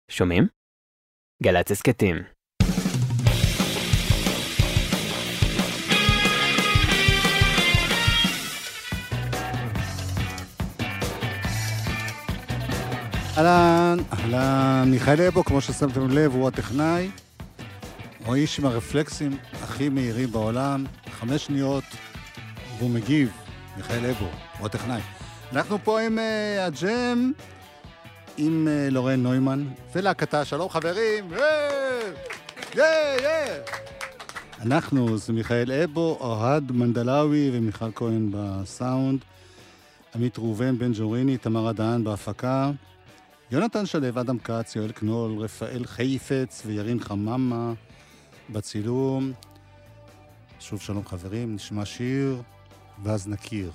שומעים? גל"צ הסכתים. אהלן, מיכאל אבו, כמו ששמתם לב, הוא הטכנאי, הוא איש עם הרפלקסים הכי מהירים בעולם, 5 שניות, והוא מגיב, מיכאל אבו, הוא הטכנאי. אנחנו פה עם הג'ם, עם לורן נוימן, ולהקתה, שלום חברים, אנחנו, זה מיכאל אבו, אוהד מנדלאוי ומיכל כהן בסאונד, עמית ראובן, בן ג'וריני, תמר עדן בהפקה, יונתן שלו, אדם קץ, יואל קנול, רפאל חיפץ וירין חממה בצילום. שוב שלום חברים, נשמע שיר ואז נכיר.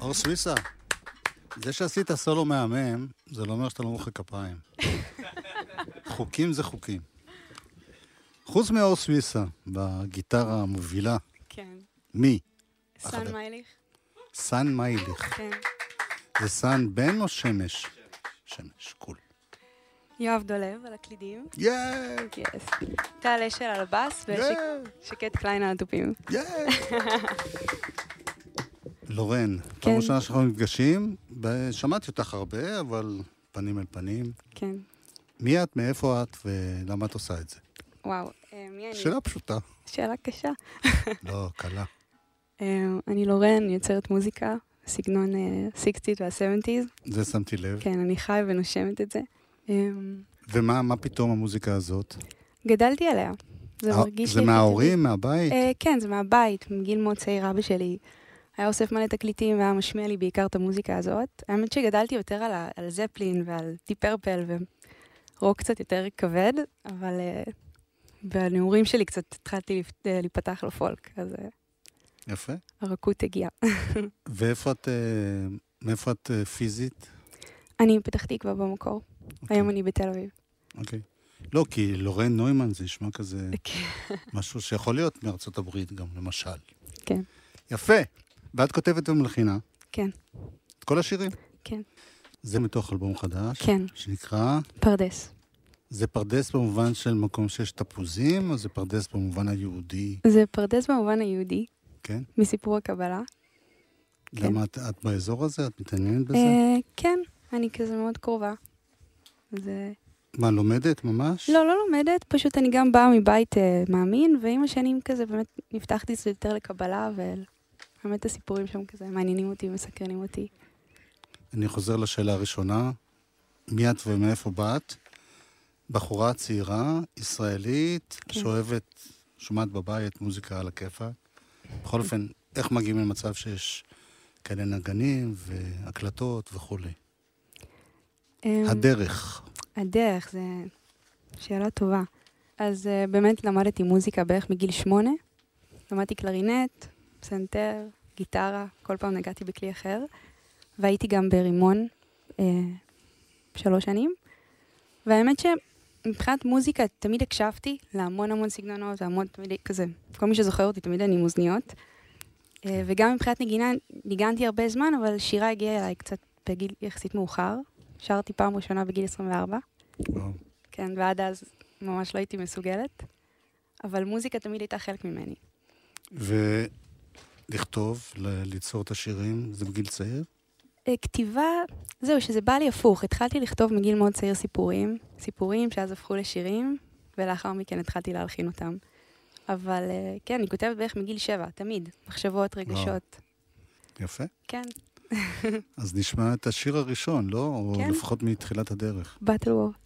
אור סוויסה, זה שעשית סולו מהמם, זה לא אומר שאתה לא מוחא כפיים. חוקים זה חוקים. חוץ מאור סוויסה, בגיטרה המובילה, כן. מי? סן מייליך. סן מייליך. כן. זה סן בן או שמש? שמש, קול. יואב דולב על הקלידים. יאי! יס. טל אשל על הבאס, ושקט קליין על התופים. יאי! לורן, פעם ראשונה שאנחנו נפגשים, שמעתי אותך הרבה, אבל פנים אל פנים. כן. מי את, מאיפה את, ולמה את עושה את זה? וואו, מי אני? שאלה פשוטה. שאלה קשה. לא, קלה. אני לורן, אני יוצרת מוזיקה, סגנון 60's וה-70's. זה שמתי לב. כן, אני חי ונושמת את זה. ומה פתאום המוזיקה הזאת? גדלתי עליה. זה מרגיש לי... זה מההורים, מהבית? כן, זה מהבית. מגיל מאוד צעיר, אבא שלי היה אוסף מלא תקליטים והיה משמיע לי בעיקר את המוזיקה הזאת. האמת שגדלתי יותר על זפלין ועל די פרפל ורוק קצת יותר כבד, אבל בנעורים שלי קצת התחלתי להיפתח לפולק, אז יפה. הרכות הגיעה. מאיפה את פיזית? אני מפתח תקווה במקור. היום אני בתל אביב. אוקיי. לא, כי לורן נוימן זה נשמע כזה משהו שיכול להיות מארצות הברית גם, למשל. כן. יפה. ואת כותבת ומלחינה? כן. את כל השירים? כן. זה מתוך אלבום חדש? כן. שנקרא? פרדס. זה פרדס במובן של מקום שיש תפוזים, או זה פרדס במובן היהודי? זה פרדס במובן היהודי. כן. מסיפור הקבלה. למה את באזור הזה? את מתעניינת בזה? כן. אני כזה מאוד קרובה. זה... מה, לומדת ממש? לא לומדת, פשוט אני גם באה מבית מאמין, ועם השנים כזה באמת נפתחתי קצת יותר לקבלה, ובאמת הסיפורים שם כזה מעניינים אותי, מסקרנים אותי. אני חוזר לשאלה הראשונה, מי את ומאיפה באת? בחורה צעירה, ישראלית, כן. שומעת בבית מוזיקה על הכיפה. בכל אופן, איך מגיעים למצב שיש כאלה נגנים והקלטות וכו'? הדרך, זו שאלה טובה. אז באמת למדתי מוזיקה בערך מגיל 8. למדתי קלרינט, פסנתר, גיטרה, כל פעם נגעתי בכלי אחר. והייתי גם ברימון 3 שנים. והאמת שמבחינת מוזיקה תמיד הקשבתי להמון סגנונות, והמון תמיד כזה, כל מי שזוכר אותי תמיד אני עם אוזניות. וגם מבחינת נגינה ניגנתי הרבה זמן, אבל שירה הגיעה אליי קצת בגיל יחסית מאוחר. שרתי פעם ראשונה בגיל 24. וואו. כן, ועד אז ממש לא הייתי מסוגלת. אבל מוזיקה תמיד הייתה חלק ממני. ולכתוב, ליצור את השירים, זה בגיל צעיר? כתיבה, זהו, שזה בא לי הפוך. התחלתי לכתוב מגיל מאוד צעיר סיפורים שאז הפכו לשירים, ולאחר מכן התחלתי להלחין אותם. אבל כן, אני כותבת בערך מגיל 7, תמיד. מחשבות, רגשות. יפה. כן. אז נשמע את השיר הראשון, לא? או כן. לפחות מתחילת הדרך. Battle War.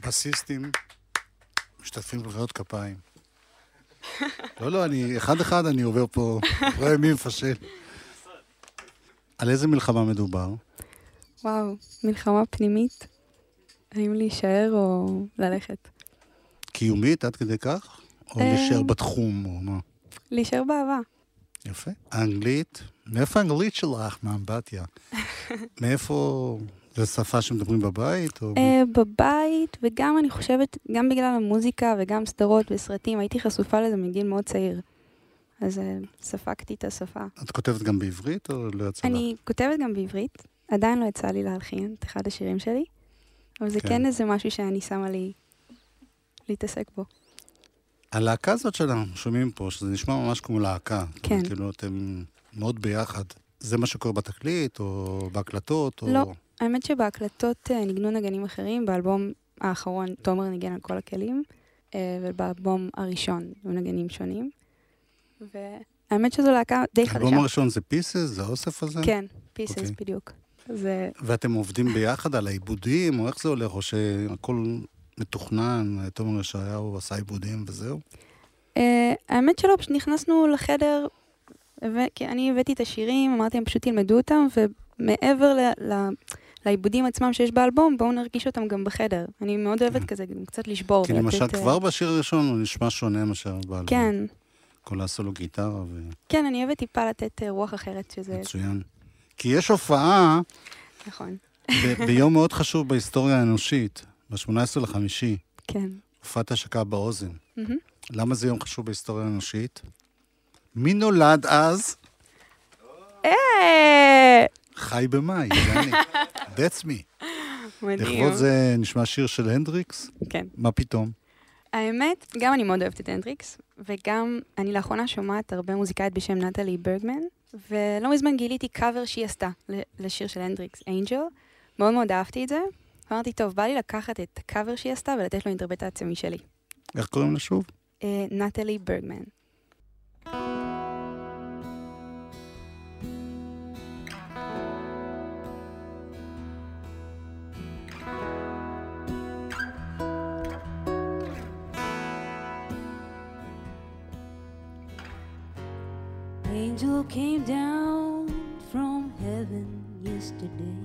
הבסיסטים משתתפים בלחיות כפיים. לא, אני אחד אני עובר פה, רואה מי מפשל. על איזה מלחמה מדובר? וואו, מלחמה פנימית. האם להישאר או ללכת? קיומית עד כדי כך? או להישאר בתחום, או מה? להישאר באהבה. יפה. האנגלית? מאיפה האנגלית שלך, מהאמבטיה? מאיפה... זו שפה שמדברים בבית? בבית, וגם אני חושבת, גם בגלל המוזיקה וגם סדרות וסרטים, הייתי חשופה לזה מגיל מאוד צעיר. אז ספקתי את השפה. את כותבת גם בעברית או לא יצא לך? אני כותבת גם בעברית. עדיין לא יצא לי להלחין את אחד השירים שלי, אבל זה כן איזה משהו שאני שמה לי להתעסק בו. הלהקה הזאת שלנו, שומעים פה, שזה נשמע ממש כמו להקה. כן. כאילו אתם מאוד ביחד. זה מה שקורה בתקליט או בהקלטות? לא. האמת שבהקלטות ניגנו נגנים אחרים, באלבום האחרון תומר ניגן על כל הכלים, ובאלבום הראשון היו נגנים שונים. והאמת שזו להקה די חדשה. האלבום הראשון זה Pieces? זה האוסף הזה? כן, Pieces בדיוק. ואתם עובדים ביחד על העיבודים, או איך זה הולך, או שהכל מתוכנן, תומר ישעיהו עשה עיבודים וזהו? האמת שלא, פשוט נכנסנו לחדר, כי אני הבאתי את השירים, אמרתי, הם פשוט ילמדו אותם, מעבר לעיבודים עצמם שיש באלבום, בואו נרגיש אותם גם בחדר. אני מאוד אוהבת כזה, קצת לשבור. כי למשל כבר בשיר הראשון הוא נשמע שונה מאשר באלבום. כן. כל הסולו גיטרה כן, אני אוהבת טיפה לתת רוח אחרת שזה... מצוין. כי יש הופעה... נכון. ביום מאוד חשוב בהיסטוריה האנושית, ב-18 לחמישי. כן. הופעת השקה באוזן. למה זה יום חשוב בהיסטוריה האנושית? מי נולד אז? חי במאי, זה אני. That's me. מדהים. לכבוד זה נשמע שיר של הנדריקס? כן. מה פתאום? האמת, גם אני מאוד אוהבת את הנדריקס, וגם אני לאחרונה שומעת הרבה מוזיקאית בשם נטלי ברגמן, ולא מזמן גיליתי קאבר שהיא עשתה לשיר של הנדריקס, אנג'ל. מאוד מאוד אהבתי את זה. אמרתי, טוב, בא לי לקחת את הקאבר שהיא עשתה ולתת לו אינטרפרטציה משלי. איך קוראים לה שוב? נטלי ברגמן. Angel came down from heaven yesterday.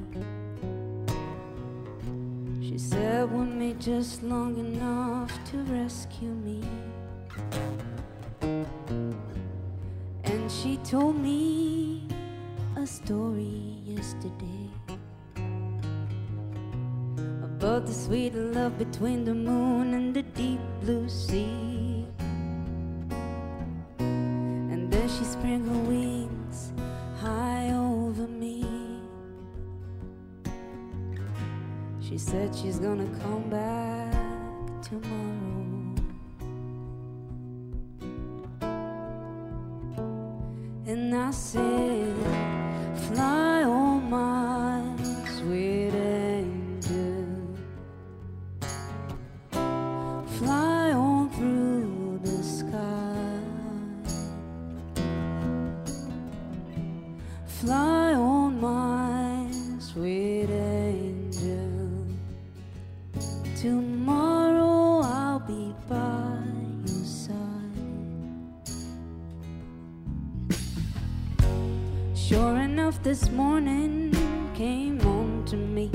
She said we'll meet just long enough to rescue me. And she told me a story yesterday about the sweet love between the moon and the deep blue sea. She spread her wings high over me. She said she's gonna come back tomorrow. And I said, fly on my sweet angel, fly on through the sky, fly on my sweet angel. Tomorrow I'll be by your side. Sure enough, this morning came on to me.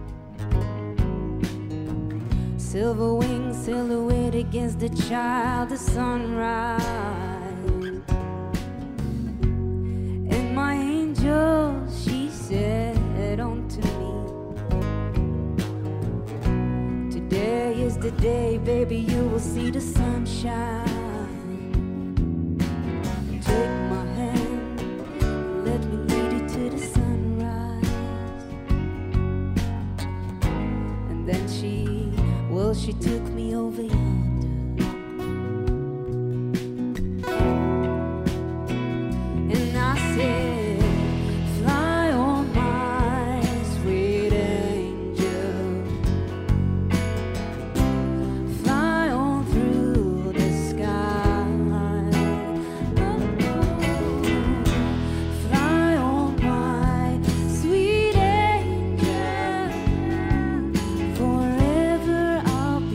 Silver wings silhouette against the child of sunrise. And my angel, she said unto me, today is the day, baby, you will see the sunshine. Take my hand, let me lead you to the sunrise. And then she took me over yonder. And I said, fly on my sweet angel, fly on through the sky, fly on my sweet angel, forever I'll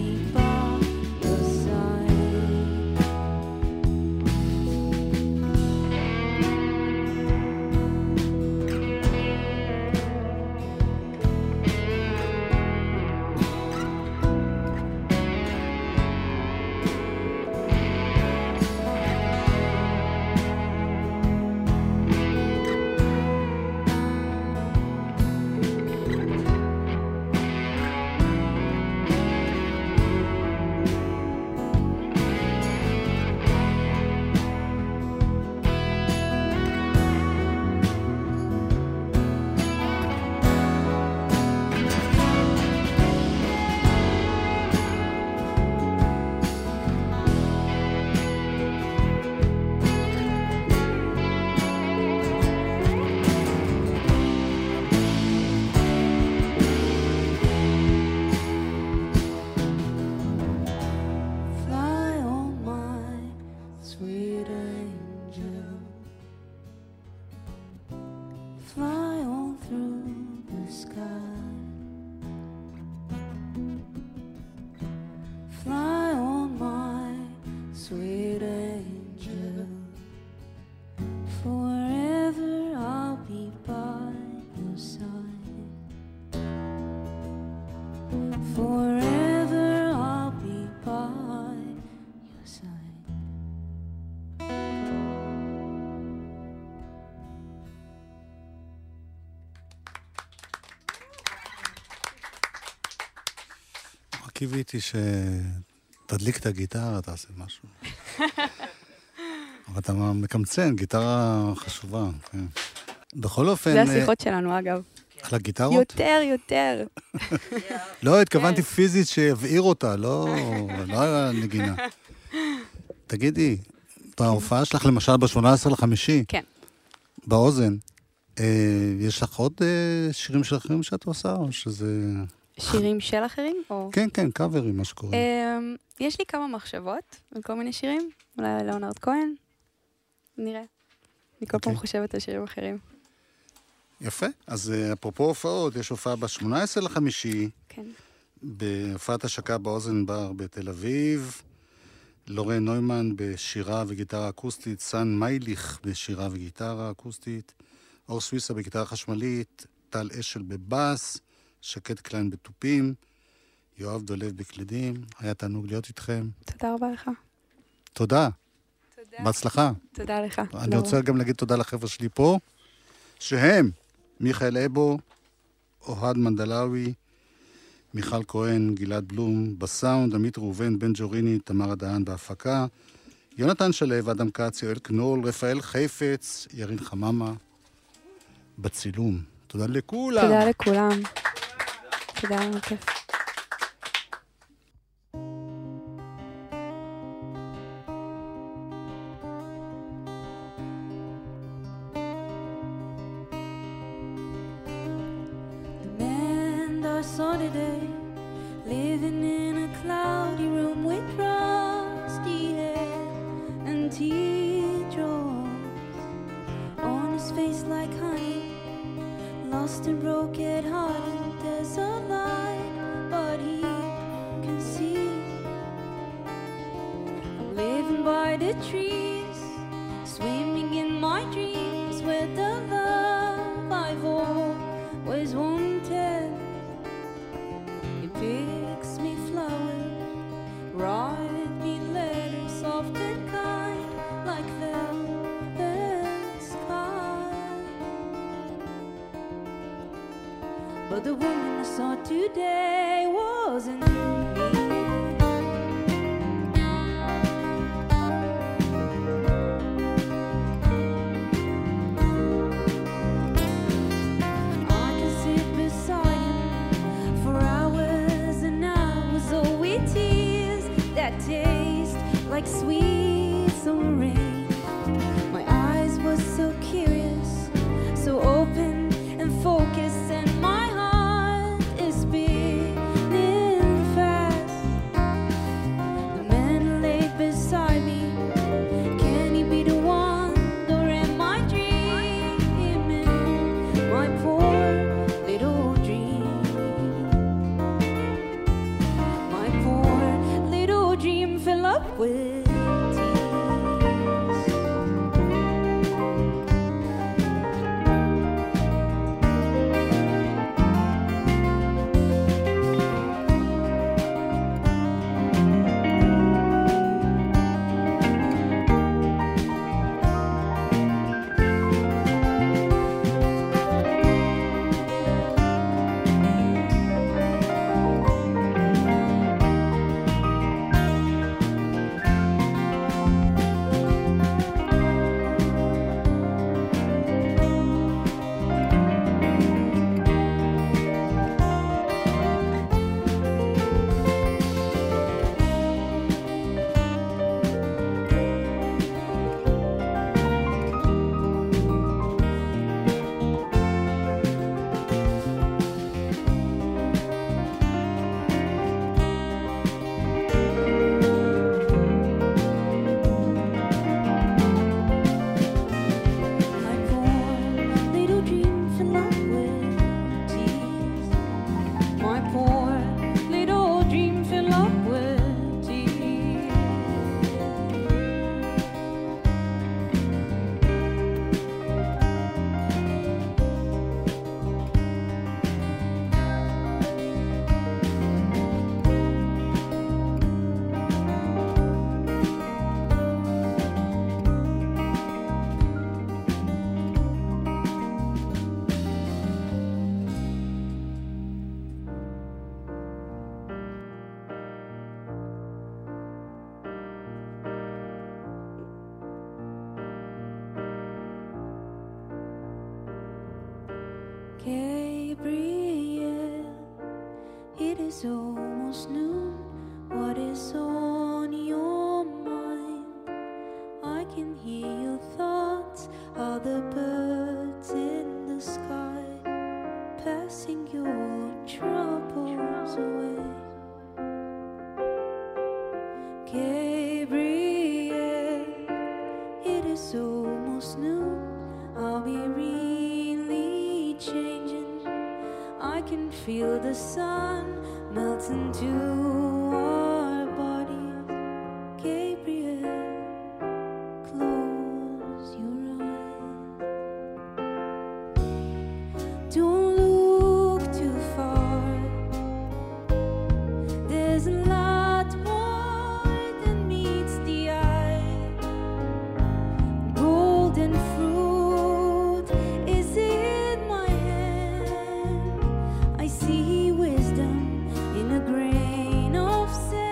Forever I'll be by your side. רק קיוויתי שתדליק את הגיטרה, תעשה משהו. אבל אתה מקמצן, גיטרה חשובה. כן. בכל אופן... זה השיחות שלנו, אגב. על הגיטרות? יותר. לא, התכוונתי פיזית שיבעיר אותה, לא על נגינה. תגידי, בהופעה שלך למשל ב-18.5, כן. באוזן, יש לך עוד שירים של אחרים שאת עושה, או שזה... שירים של אחרים? או... כן, קאברים, מה שקוראים. יש לי כמה מחשבות על כל מיני שירים, אולי ליאונרד כהן, נראה. אני כל פעם חושבת על שירים אחרים. יפה. אז אפרופו הופעות, יש הופעה ב-18.5, כן. בהופעת השקה באוזן בר בתל אביב, לורן נוימן בשירה וגיטרה אקוסטית, סן מייליך בשירה וגיטרה אקוסטית, אור סוויסה בגיטרה חשמלית, טל אשל בבאס, שקד קליין בתופים, יואב דולב בקלידים. היה תענוג להיות איתכם. תודה רבה לך. תודה. בהצלחה. תודה לך. אני רוצה גם להגיד תודה לחבר'ה שלי פה, שהם מיכאל אבו, אוהד מנדלאוי, מיכל כהן, גלעד בלום, בסאונד, עמית ראובן, בן ג'וריני, תמר דהן בהפקה, יונתן שלו, אדם כץ, יואל קנול, רפאל חפץ, ירין חממה, בצילום. תודה לכולם. תודה לכולם. תודה, כיף. Saw today, living in a cloudy room with rusty hair and teardrops on his face like honey, lost and broken hearted. There's a light, but he can see. I'm living by the trees, swimming in my dreams with the love I've always wanted. Picks me flowers, write me letters soft and kind, like velvet sky. But the woman I saw today wasn't me. I can sit beside him for hours and hours, oh, with tears that taste like sweet summer rain. My eyes were so curious, so open and focused, and my heart is beating fast. Gabriel, it is almost noon. What is on your mind? I can hear your thoughts, all the birds in the sky, passing your troubles away. Gabriel, it is almost noon. I'll be really changing. I can feel the sun melt into our bodies. Gabriel, close your eyes. Don't look too far. There's a lot more than meets the eye. Golden fruit is in my hand. I see wisdom in a grain of sand.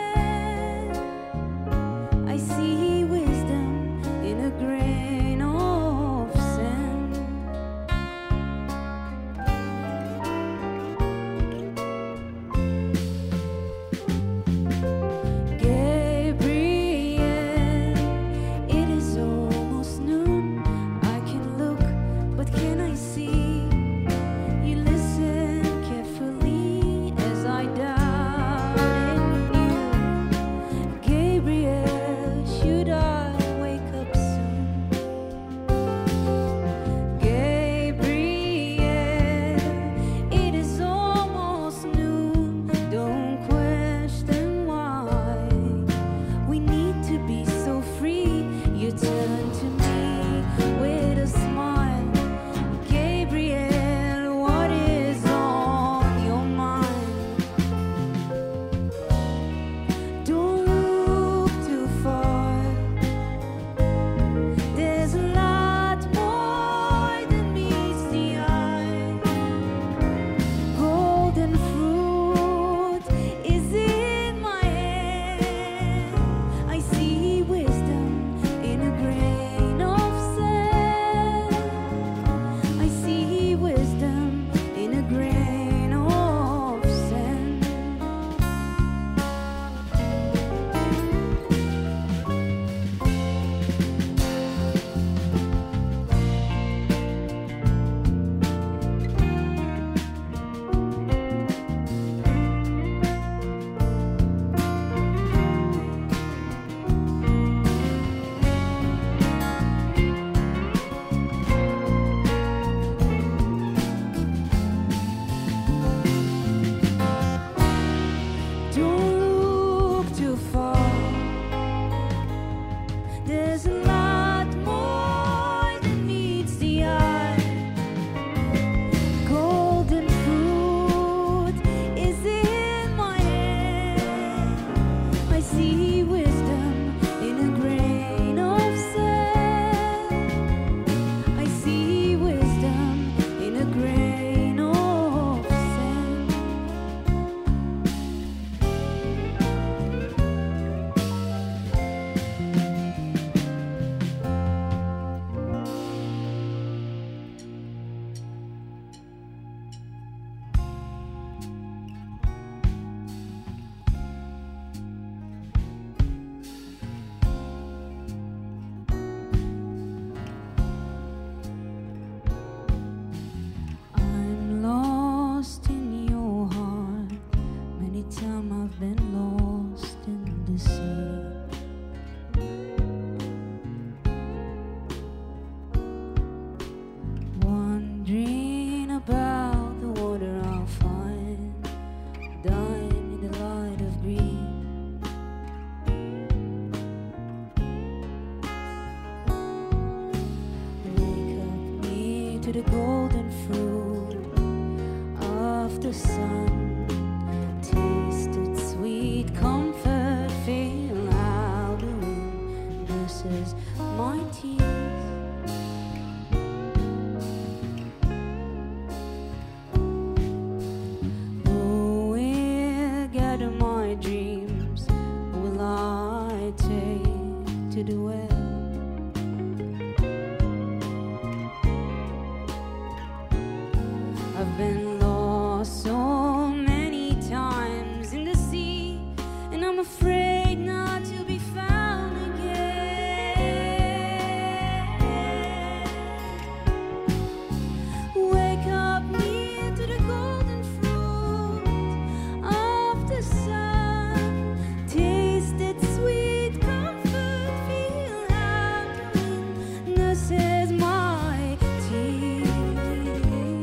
so many times in the sea, and I'm afraid not to be found again. Wake up near to the golden fruit of the sun, taste its sweet comfort, feel how the wind nurses my tears.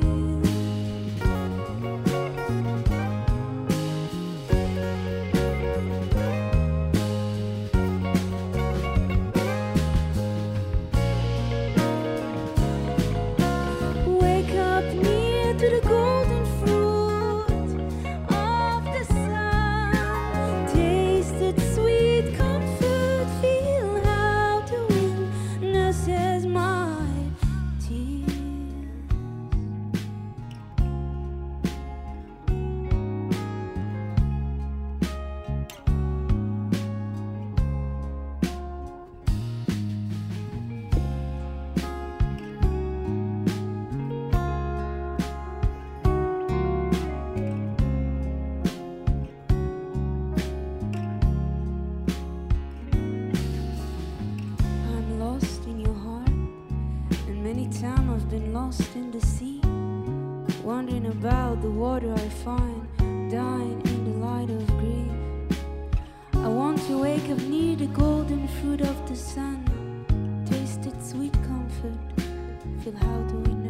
Wake up near to the golden fruit of the sun, taste its sweet comfort, feel how the wind nurses my tears. I'm lost in your heart, and many times I've been lost in the sea, wondering about the water I find, dying in the light of grief. I want to wake up near the golden fruit of the sun, taste its sweet comfort, feel how the wind